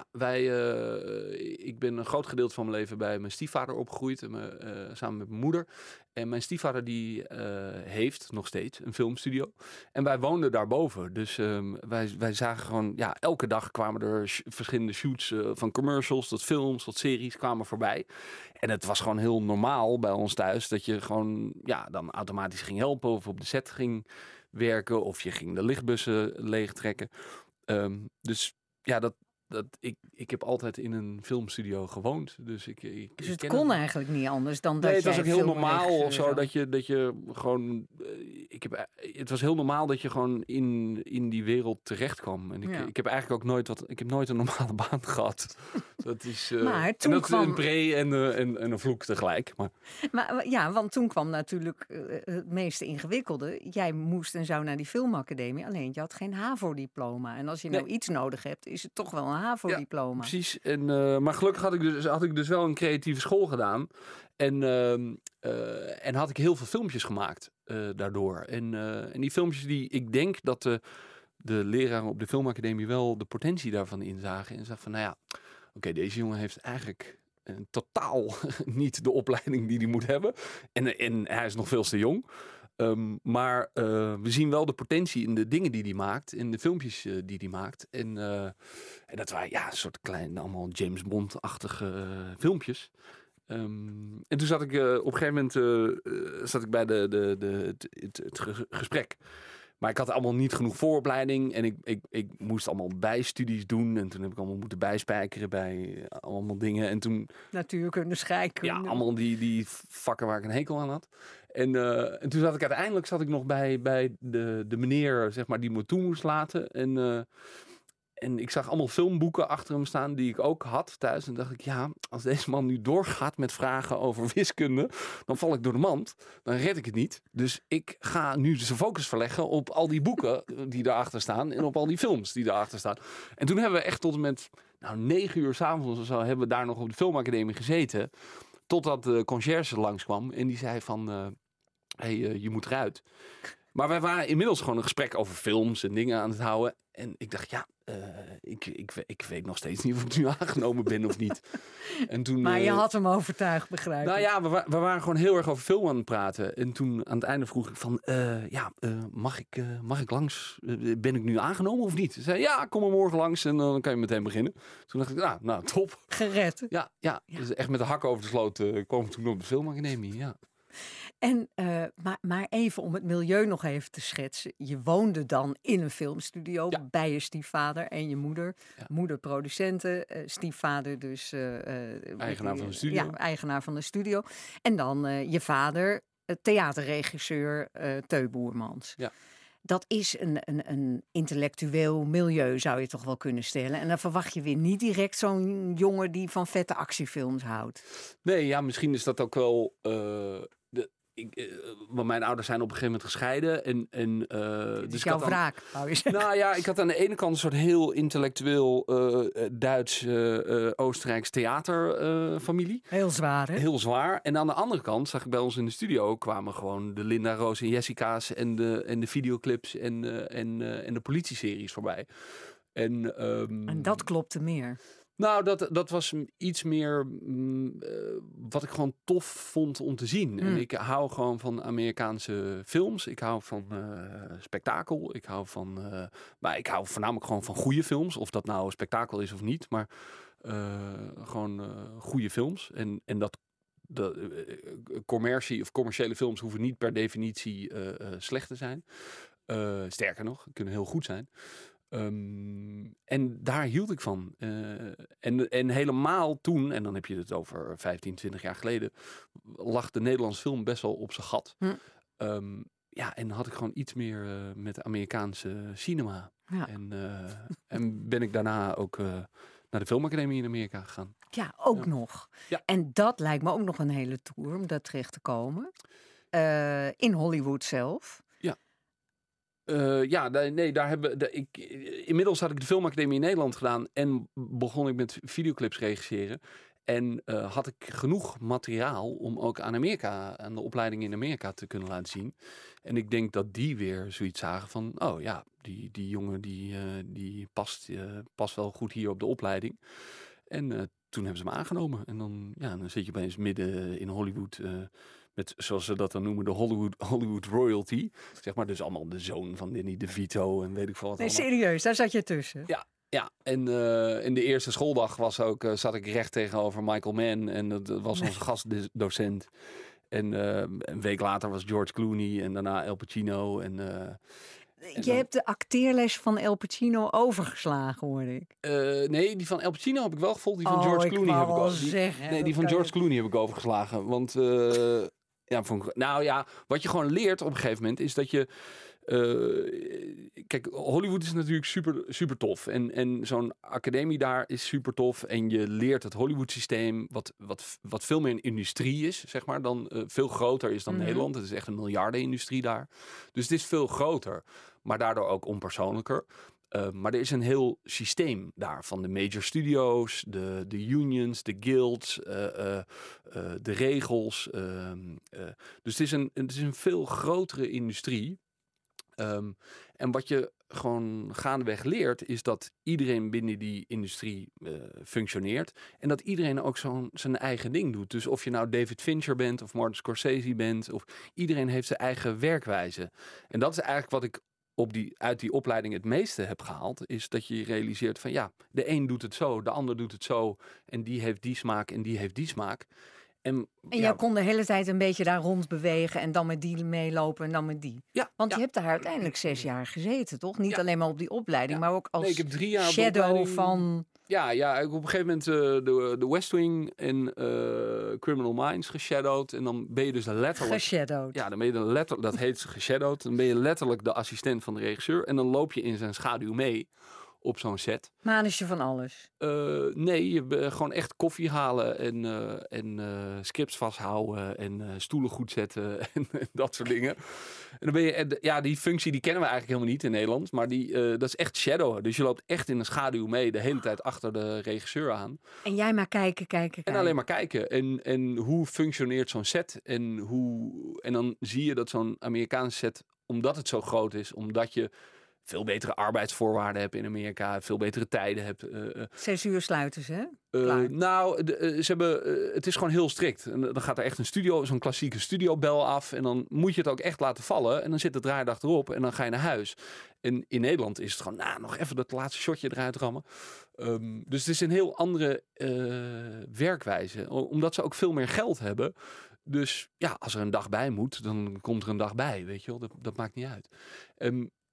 ik ben een groot gedeelte van mijn leven bij mijn stiefvader opgegroeid. Samen met mijn moeder. En mijn stiefvader die heeft nog steeds een filmstudio. En wij woonden daarboven. Dus wij zagen gewoon... Ja, elke dag kwamen er verschillende shoots van commercials tot films tot series kwamen voorbij. En het was gewoon heel normaal bij ons thuis. Dat je gewoon dan automatisch ging helpen of op de set ging werken. Of je ging de lichtbussen leegtrekken. Dus ja, ik heb altijd in een filmstudio gewoond. Dus het kon eigenlijk niet anders dan dat het was ook heel normaal of zo dat je gewoon... Het was heel normaal dat je gewoon in die wereld terecht kwam. En ik heb eigenlijk ook nooit een normale baan gehad. Dat is maar toen en dat kwam... een pre en een vloek tegelijk. Maar ja, want toen kwam natuurlijk het meest ingewikkelde. Jij moest en zou naar die filmacademie. Alleen je had geen HAVO-diploma. En als je nou iets nodig hebt, is het toch wel een HAVO-diploma. Ja, precies. Maar gelukkig had ik dus wel een creatieve school gedaan. En had ik heel veel filmpjes gemaakt daardoor. En die filmpjes ik denk dat de leraren op de filmacademie wel de potentie daarvan inzagen. En zeggen van, oké, deze jongen heeft eigenlijk totaal niet de opleiding die hij moet hebben. En hij is nog veel te jong. Maar we zien wel de potentie in de dingen die hij maakt. In de filmpjes die hij maakt. En dat waren een soort kleine, allemaal James Bond-achtige filmpjes. En toen zat ik op een gegeven moment bij het gesprek. Maar ik had allemaal niet genoeg vooropleiding. En ik moest allemaal bijstudies doen. En toen heb ik allemaal moeten bijspijkeren bij allemaal dingen. En toen... Natuurkunde, scheikunde. Ja, allemaal die vakken waar ik een hekel aan had. En toen zat ik uiteindelijk nog bij de meneer, zeg maar, die me toe moest laten. En ik zag allemaal filmboeken achter hem staan die ik ook had thuis. En dacht ik, als deze man nu doorgaat met vragen over wiskunde, dan val ik door de mand. Dan red ik het niet. Dus ik ga nu zijn focus verleggen op al die boeken die daarachter staan en op al die films die daarachter staan. En toen hebben we echt tot en met 9 uur 's avonds of zo hebben we daar nog op de filmacademie gezeten. Totdat de conciërge langskwam en die zei van, je moet eruit. Maar wij waren inmiddels gewoon een gesprek over films en dingen aan het houden. En ik dacht, ik weet nog steeds niet of ik nu aangenomen ben of niet. En toen, maar je had hem overtuigd, begrijp ik. Nou ja, we waren gewoon heel erg over film aan het praten. En toen aan het einde vroeg ik van, mag ik langs? Ben ik nu aangenomen of niet? Ze zei, kom maar morgen langs en dan kan je meteen beginnen. Toen dacht ik, nou top. Gered. Ja. Dus echt met de hak over de sloot kwam ik toen op de filmacademie, En, maar even om het milieu nog even te schetsen. Je woonde dan in een filmstudio bij je stiefvader en je moeder. Ja. Moeder producenten, stiefvader dus... eigenaar van de studio. Ja, eigenaar van de studio. En dan je vader theaterregisseur Teu Boermans. Ja. Dat is een intellectueel milieu, zou je toch wel kunnen stellen. En dan verwacht je weer niet direct zo'n jongen die van vette actiefilms houdt. Nee, ja, misschien is dat ook wel... want mijn ouders zijn op een gegeven moment gescheiden. Dus is jouw wraak, wou je zeggen. Nou ja, ik had aan de ene kant een soort heel intellectueel Duits, Oostenrijks theaterfamilie. Heel zwaar, hè? Heel zwaar. En aan de andere kant, zag ik bij ons in de studio, kwamen gewoon de Linda, Roos en Jessica's en de videoclips en de politieseries voorbij. En dat klopte meer. Nou, dat was iets meer wat ik gewoon tof vond om te zien. En ik hou gewoon van Amerikaanse films. Ik hou van spektakel. Maar ik hou voornamelijk gewoon van goede films. Of dat nou spektakel is of niet. Maar gewoon goede films. En dat commercie of commerciële films hoeven niet per definitie slecht te zijn. Sterker nog, kunnen heel goed zijn. En daar hield ik van. En helemaal toen, en dan heb je het over 15, 20 jaar geleden, lag de Nederlandse film best wel op zijn gat. En had ik gewoon iets meer met Amerikaanse cinema. Ja. En ben ik daarna ook naar de Filmacademie in Amerika gegaan. Ja, ook nog. Ja. En dat lijkt me ook nog een hele tour om daar terecht te komen. In Hollywood zelf. Inmiddels had ik de Filmacademie in Nederland gedaan en begon ik met videoclips regisseren. En had ik genoeg materiaal om ook aan de opleiding in Amerika te kunnen laten zien. En ik denk dat die weer zoiets zagen van, oh ja, die jongen die past wel goed hier op de opleiding. En toen hebben ze me aangenomen. En dan zit je opeens midden in Hollywood met, zoals ze dat dan noemen, de Hollywood royalty. Zeg maar, dus allemaal de zoon van Danny DeVito en weet ik veel wat. Nee, serieus, daar zat je tussen. Ja. En in de eerste schooldag zat ik recht tegenover Michael Mann. En dat was onze gastdocent. En een week later was George Clooney en daarna Al Pacino. Je hebt de acteerles van Al Pacino overgeslagen, hoorde ik. Nee, die van Al Pacino heb ik wel gevolgd. Die van George Clooney heb ik overgeslagen. Die van George Clooney heb ik overgeslagen. Want wat je gewoon leert op een gegeven moment is dat je... kijk, Hollywood is natuurlijk super, super tof. En zo'n academie daar is super tof. En je leert het Hollywood systeem, wat veel meer een industrie is, zeg maar, dan veel groter is dan Nederland. Het is echt een miljardenindustrie daar. Dus het is veel groter, maar daardoor ook onpersoonlijker. Maar er is een heel systeem daar van de major studios, de unions, de guilds, de regels. Dus het is een veel grotere industrie. En wat je gewoon gaandeweg leert, is dat iedereen binnen die industrie functioneert. En dat iedereen ook zijn eigen ding doet. Dus of je nou David Fincher bent of Martin Scorsese bent, of iedereen heeft zijn eigen werkwijze. En dat is eigenlijk wat ik uit die opleiding het meeste heb gehaald, is dat je realiseert van ja, de een doet het zo, de ander doet het zo. En die heeft die smaak en die heeft die smaak. En jij kon de hele tijd een beetje daar rond bewegen en dan met die meelopen en dan met die. Ja, want je hebt daar uiteindelijk 6 jaar gezeten, toch? Niet alleen maar op die opleiding, maar ook als ik heb 3 jaar shadow van... Ja, op een gegeven moment de West Wing en Criminal Minds geshadowed. En dan ben je dus letterlijk... Geshadowed. Ja, dan ben je letterlijk... Dat heet geshadowed. Dan ben je letterlijk de assistent van de regisseur. En dan loop je in zijn schaduw mee op zo'n set. Manus je van alles? Nee, je gewoon echt koffie halen en scripts vasthouden en stoelen goed zetten en dat soort dingen. En dan ben je, die functie die kennen we eigenlijk helemaal niet in Nederland, maar dat is echt shadow. Dus je loopt echt in een schaduw mee de hele tijd achter de regisseur aan. En jij maar kijken. En alleen maar kijken. En hoe functioneert zo'n set? En dan zie je dat zo'n Amerikaanse set, omdat het zo groot is, omdat je veel betere arbeidsvoorwaarden hebt in Amerika, veel betere tijden hebt. 6 uur sluiten ze, hè? Ze hebben, het is gewoon heel strikt. En dan gaat er echt zo'n klassieke studiobel af. En dan moet je het ook echt laten vallen. En dan zit het draaidag erop en dan ga je naar huis. En in Nederland is het gewoon, nog even dat laatste shotje eruit rammen. Dus het is een heel andere werkwijze. Omdat ze ook veel meer geld hebben. Dus ja, als er een dag bij moet, dan komt er een dag bij. Weet je wel, dat maakt niet uit.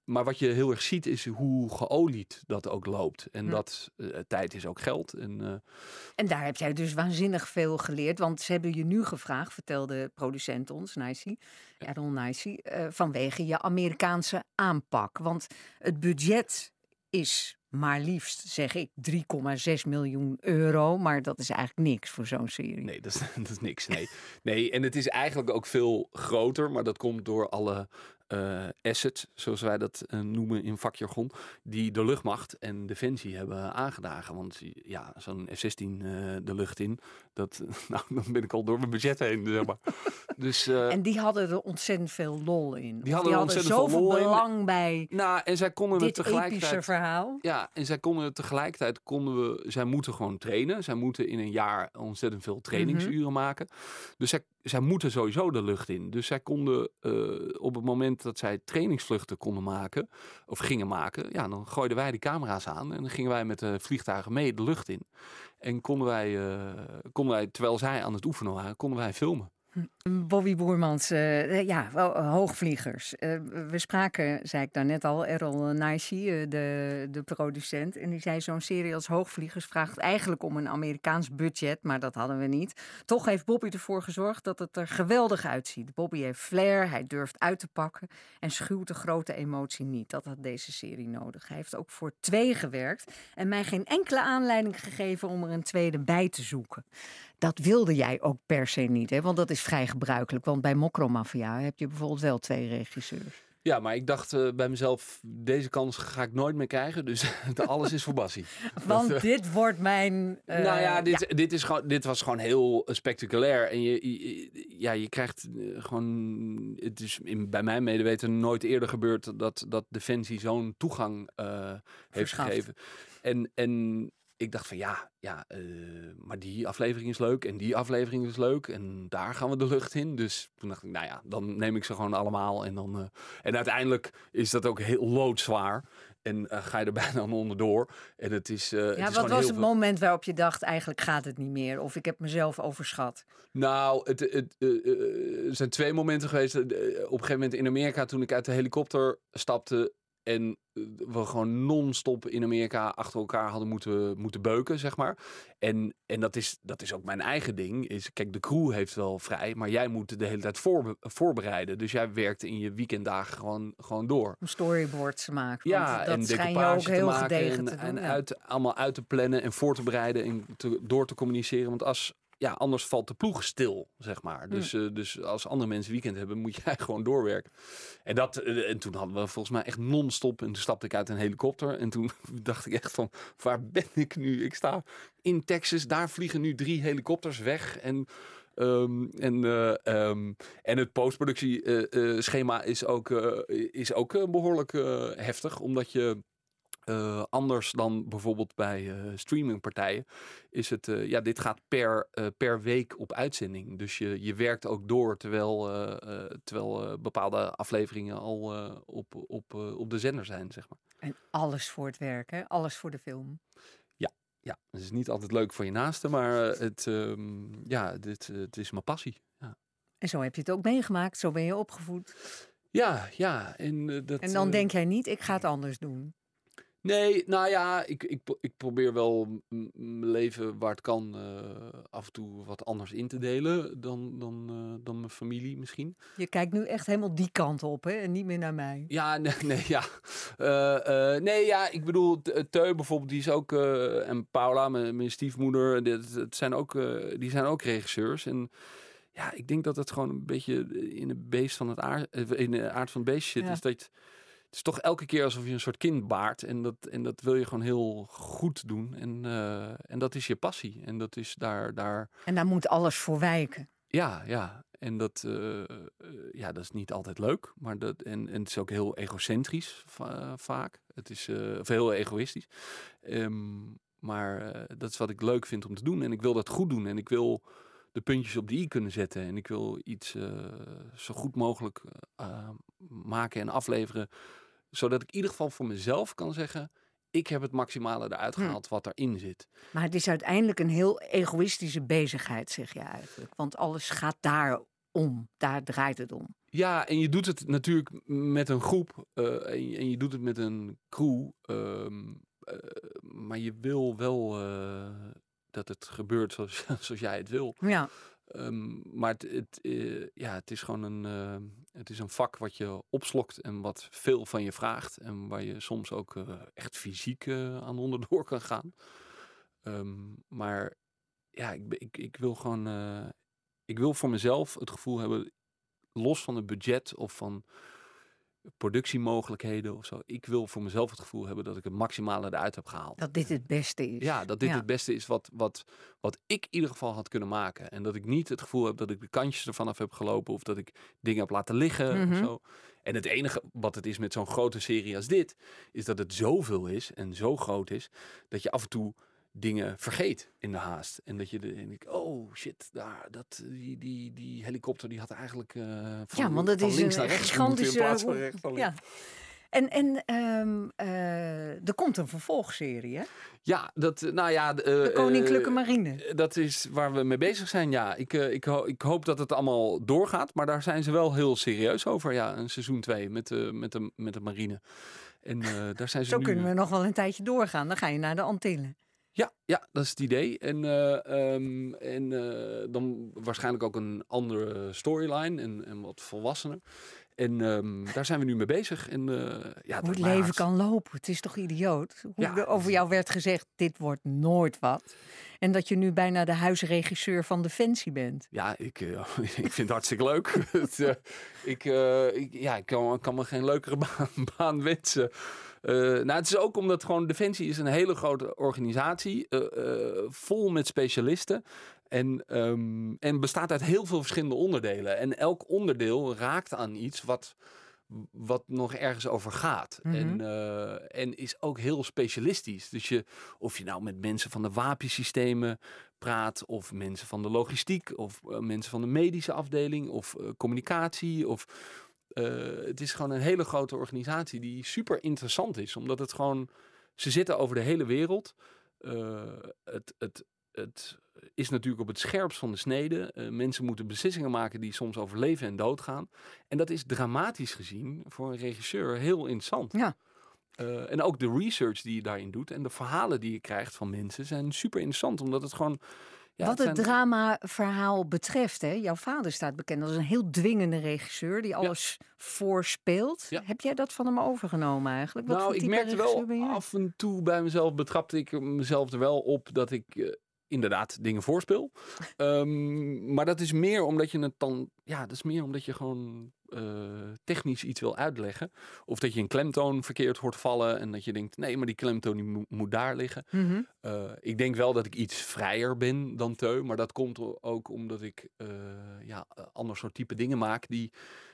Maar wat je heel erg ziet is hoe geolied dat ook loopt. En dat tijd is ook geld. En daar heb jij dus waanzinnig veel geleerd. Want ze hebben je nu gevraagd, vertelde producent ons, Errol Nicey, vanwege je Amerikaanse aanpak. Want het budget is maar liefst, zeg ik, 3,6 miljoen euro. Maar dat is eigenlijk niks voor zo'n serie. Nee, dat is niks. Nee, en het is eigenlijk ook veel groter. Maar dat komt door alle assets, zoals wij dat noemen in vakjargon, die de luchtmacht en Defensie hebben aangedragen. Want ja, zo'n F-16 de lucht in, dan ben ik al door mijn budget heen, zeg maar. Dus, en die hadden er ontzettend veel lol in. Die hadden zoveel belang bij en zij konden dit het tegelijkertijd, epische verhaal. Ja, en zij konden het tegelijkertijd, zij moeten gewoon trainen. Zij moeten in een jaar ontzettend veel trainingsuren maken. Dus zij moeten sowieso de lucht in. Dus zij konden op het moment dat zij trainingsvluchten konden maken, of gingen maken, ja, dan gooiden wij die camera's aan en dan gingen wij met de vliegtuigen mee de lucht in. En konden wij, terwijl zij aan het oefenen waren, konden wij filmen. Bobby Boermans, hoogvliegers. We spraken, zei ik daarnet al, Errol Nicey, de producent. En die zei, zo'n serie als Hoogvliegers vraagt eigenlijk om een Amerikaans budget. Maar dat hadden we niet. Toch heeft Bobby ervoor gezorgd dat het er geweldig uitziet. Bobby heeft flair, hij durft uit te pakken en schuwt de grote emotie niet. Dat had deze serie nodig. Hij heeft ook voor 2 gewerkt en mij geen enkele aanleiding gegeven om er een tweede bij te zoeken. Dat wilde jij ook per se niet, hè? Want dat is vrij gebruikelijk. Want bij Mokromafia heb je bijvoorbeeld wel 2 regisseurs. Ja, maar ik dacht bij mezelf, deze kans ga ik nooit meer krijgen. Dus alles is voor Bassie. Want dit wordt mijn... Dit was gewoon heel spectaculair. En je krijgt gewoon... Het is bij mijn medeweten nooit eerder gebeurd dat Defensie zo'n toegang heeft gegeven. En ik dacht van maar die aflevering is leuk en die aflevering is leuk en daar gaan we de lucht in. Dus toen dacht ik, dan neem ik ze gewoon allemaal en uiteindelijk is dat ook heel loodzwaar en ga je er bijna onderdoor. En het is wat was het moment waarop je dacht, eigenlijk gaat het niet meer of ik heb mezelf overschat? Nou, er zijn 2 momenten geweest. Op een gegeven moment in Amerika, toen ik uit de helikopter stapte en we gewoon non-stop in Amerika achter elkaar hadden moeten beuken, zeg maar. En dat is ook mijn eigen ding. Kijk, de crew heeft wel vrij, maar jij moet de hele tijd voorbereiden. Dus jij werkt in je weekenddagen gewoon door. Om storyboards te maken. Ja, want en dat schijn je ook heel gedegen te doen. En allemaal uit te plannen en voor te bereiden en door te communiceren. Want anders valt de ploeg stil, zeg maar. Dus als andere mensen weekend hebben, moet jij gewoon doorwerken. En toen hadden we volgens mij echt non-stop. En toen stapte ik uit een helikopter. En toen dacht ik echt van, waar ben ik nu? Ik sta in Texas. Daar vliegen nu 3 helikopters weg. En het postproductieschema is ook behoorlijk heftig. Omdat je... anders dan bijvoorbeeld bij streamingpartijen is het, dit gaat per week op uitzending. Dus je werkt ook door terwijl bepaalde afleveringen al op de zender zijn, zeg maar. En alles voor het werk, hè? Alles voor de film. Ja, het is niet altijd leuk voor je naasten, maar het is mijn passie. Ja. En zo heb je het ook meegemaakt, zo ben je opgevoed. Ja. En dan denk jij niet, ik ga het anders doen. Nee, ik probeer wel mijn leven waar het kan af en toe wat anders in te delen dan mijn familie misschien. Je kijkt nu echt helemaal die kant op, hè? En niet meer naar mij. Ja, ik bedoel, Teu bijvoorbeeld, die is ook, en Paula, mijn stiefmoeder, die zijn ook regisseurs. En ja, ik denk dat het gewoon een beetje in de aard van het beest zit. Is dat het is toch elke keer alsof je een soort kind baart. En dat wil je gewoon heel goed doen. En dat is je passie. En dat is daar... En daar moet alles voor wijken. Ja. En dat is niet altijd leuk. Maar en het is ook heel egocentrisch vaak. Het is heel egoïstisch. Maar dat is wat ik leuk vind om te doen. En ik wil dat goed doen. En ik wil de puntjes op de i kunnen zetten. En ik wil iets zo goed mogelijk maken en afleveren. Zodat ik in ieder geval voor mezelf kan zeggen, ik heb het maximale eruit gehaald wat erin zit. Maar het is uiteindelijk een heel egoïstische bezigheid, zeg je eigenlijk. Want alles gaat daar om. Daar draait het om. Ja, en je doet het natuurlijk met een groep en je doet het met een crew. Maar je wil wel dat het gebeurt zoals jij het wil. Ja. Maar het is gewoon het is een vak wat je opslokt en wat veel van je vraagt. En waar je soms ook echt fysiek aan onderdoor kan gaan. Maar ja, ik wil gewoon... ik wil voor mezelf het gevoel hebben, los van het budget of van productiemogelijkheden of zo. Ik wil voor mezelf het gevoel hebben dat ik het maximale eruit heb gehaald. Dat dit het beste is. Ja, dat dit het beste is wat ik in ieder geval had kunnen maken. En dat ik niet het gevoel heb dat ik de kantjes ervan af heb gelopen of dat ik dingen heb laten liggen of zo. En het enige wat het is met zo'n grote serie als dit, is dat het zoveel is en zo groot is, dat je af en toe dingen vergeet in de haast. En dat je denkt, oh shit, die helikopter die had eigenlijk want het is links een naar rechts gigantische... in plaats van rechts naar links. En er komt een vervolgserie, hè? Ja, de Koninklijke Marine. Dat is waar we mee bezig zijn, ja. Ik hoop dat het allemaal doorgaat, maar daar zijn ze wel heel serieus over. Ja, een seizoen 2 met de marine. En daar zijn ze Zo nu... kunnen we nog wel een tijdje doorgaan. Dan ga je naar de Antillen. Ja, dat is het idee. En dan waarschijnlijk ook een andere storyline en wat volwassener. En daar zijn we nu mee bezig. En, hoe het leven kan lopen. Het is toch idioot? Hoe er over jou werd gezegd, dit wordt nooit wat. En dat je nu bijna de huisregisseur van Defensie bent. Ja, ik vind het hartstikke leuk. Ik kan me geen leukere baan wensen. Het is ook omdat gewoon Defensie is een hele grote organisatie. Vol met specialisten. En bestaat uit heel veel verschillende onderdelen. En elk onderdeel raakt aan iets wat nog ergens over gaat. En is ook heel specialistisch. Dus of je nou met mensen van de wapensystemen praat, of mensen van de logistiek, of mensen van de medische afdeling, of communicatie, of... het is gewoon een hele grote organisatie die super interessant is. Omdat het gewoon... Ze zitten over de hele wereld. Het is natuurlijk op het scherpst van de snede. Mensen moeten beslissingen maken die soms over leven en dood gaan. En dat is dramatisch gezien voor een regisseur heel interessant. Ja. En ook de research die je daarin doet en de verhalen die je krijgt van mensen zijn super interessant. Omdat het gewoon... Ja, wat het dramaverhaal betreft, hè? Jouw vader staat bekend als een heel dwingende regisseur die alles voorspeelt. Ja. Heb jij dat van hem overgenomen eigenlijk? Wat ik merkte wel af en toe bij mezelf, betrapte ik mezelf er wel op dat ik inderdaad dingen voorspeel. Maar dat is meer omdat je het dan... Ja, dat is meer omdat je gewoon technisch iets wil uitleggen. Of dat je een klemtoon verkeerd hoort vallen en dat je denkt, nee, maar die klemtoon die moet daar liggen. Ik denk wel dat ik iets vrijer ben dan Teu, maar dat komt ook omdat ik ander soort type dingen maak die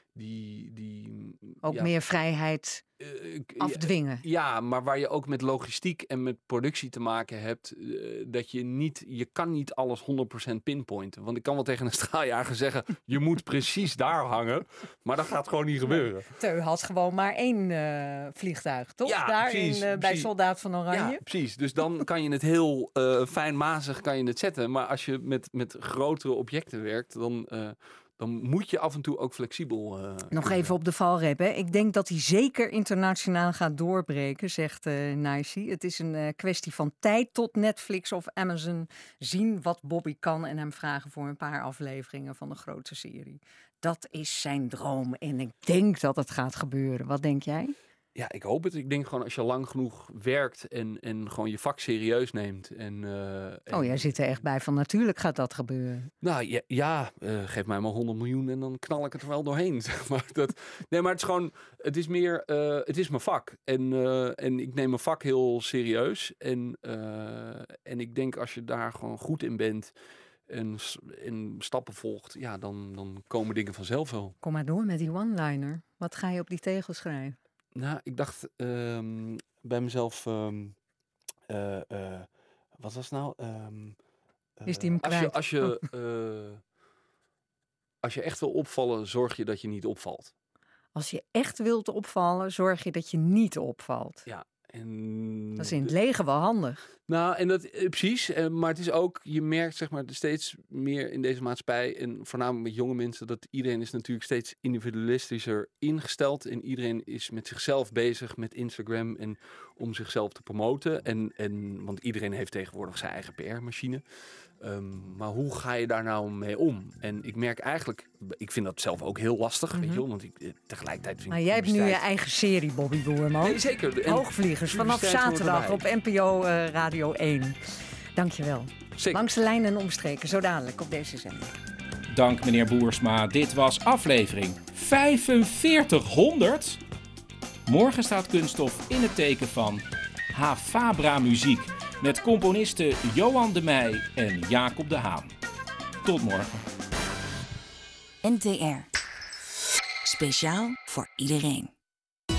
ook meer vrijheid afdwingen. Ja, maar waar je ook met logistiek en met productie te maken hebt, dat je kan niet alles 100% pinpointen. Want ik kan wel tegen een straaljager zeggen, je moet precies daar hangen, maar dat gaat gewoon niet gebeuren. Teu had gewoon maar 1 vliegtuig, toch? Ja, daar precies. Bij Soldaat van Oranje. Ja, precies. Dus dan kan je het heel fijnmazig kan je het zetten. Maar als je met grotere objecten werkt, dan moet je af en toe ook flexibel... Nog even op de valreep. Hè. Ik denk dat hij zeker internationaal gaat doorbreken, zegt Nicey. Het is een kwestie van tijd tot Netflix of Amazon zien wat Bobby kan en hem vragen voor een paar afleveringen van de grote serie. Dat is zijn droom en ik denk dat het gaat gebeuren. Wat denk jij? Ja, ik hoop het. Ik denk gewoon als je lang genoeg werkt en gewoon je vak serieus neemt. Jij zit er echt bij van natuurlijk gaat dat gebeuren. Nou geef mij maar 100 miljoen en dan knal ik het er wel doorheen. Maar het is gewoon, het is meer, het is mijn vak. En ik neem mijn vak heel serieus. En ik denk als je daar gewoon goed in bent en stappen volgt, ja, dan komen dingen vanzelf wel. Kom maar door met die one-liner. Wat ga je op die tegel schrijven? Nou, ik dacht bij mezelf, wat was het nou? Is die hem kwijt? Als je echt wil opvallen, zorg je dat je niet opvalt. Als je echt wilt opvallen, zorg je dat je niet opvalt. Ja. En dat is in het leger wel handig. Nou, en dat precies. Maar het is ook, je merkt zeg maar steeds meer in deze maatschappij en voornamelijk met jonge mensen dat iedereen is natuurlijk steeds individualistischer ingesteld en iedereen is met zichzelf bezig met Instagram en om zichzelf te promoten. Want iedereen heeft tegenwoordig zijn eigen PR-machine. Maar hoe ga je daar nou mee om? En ik merk eigenlijk, ik vind dat zelf ook heel lastig, weet je wel, want tegelijkertijd vind ik. Maar jij hebt nu je eigen serie, Bobby Boerman. Nee, zeker. Hoogvliegers, vanaf zaterdag op NPO Radio 1. Dankjewel. Zeker. Langs de lijn en omstreken, zo dadelijk op deze zender. Dank meneer Boersma. Dit was aflevering 4500. Morgen staat Kunststof in het teken van Havabra muziek. Met componisten Johan de Meij en Jacob de Haan. Tot morgen. NTR. Speciaal voor iedereen.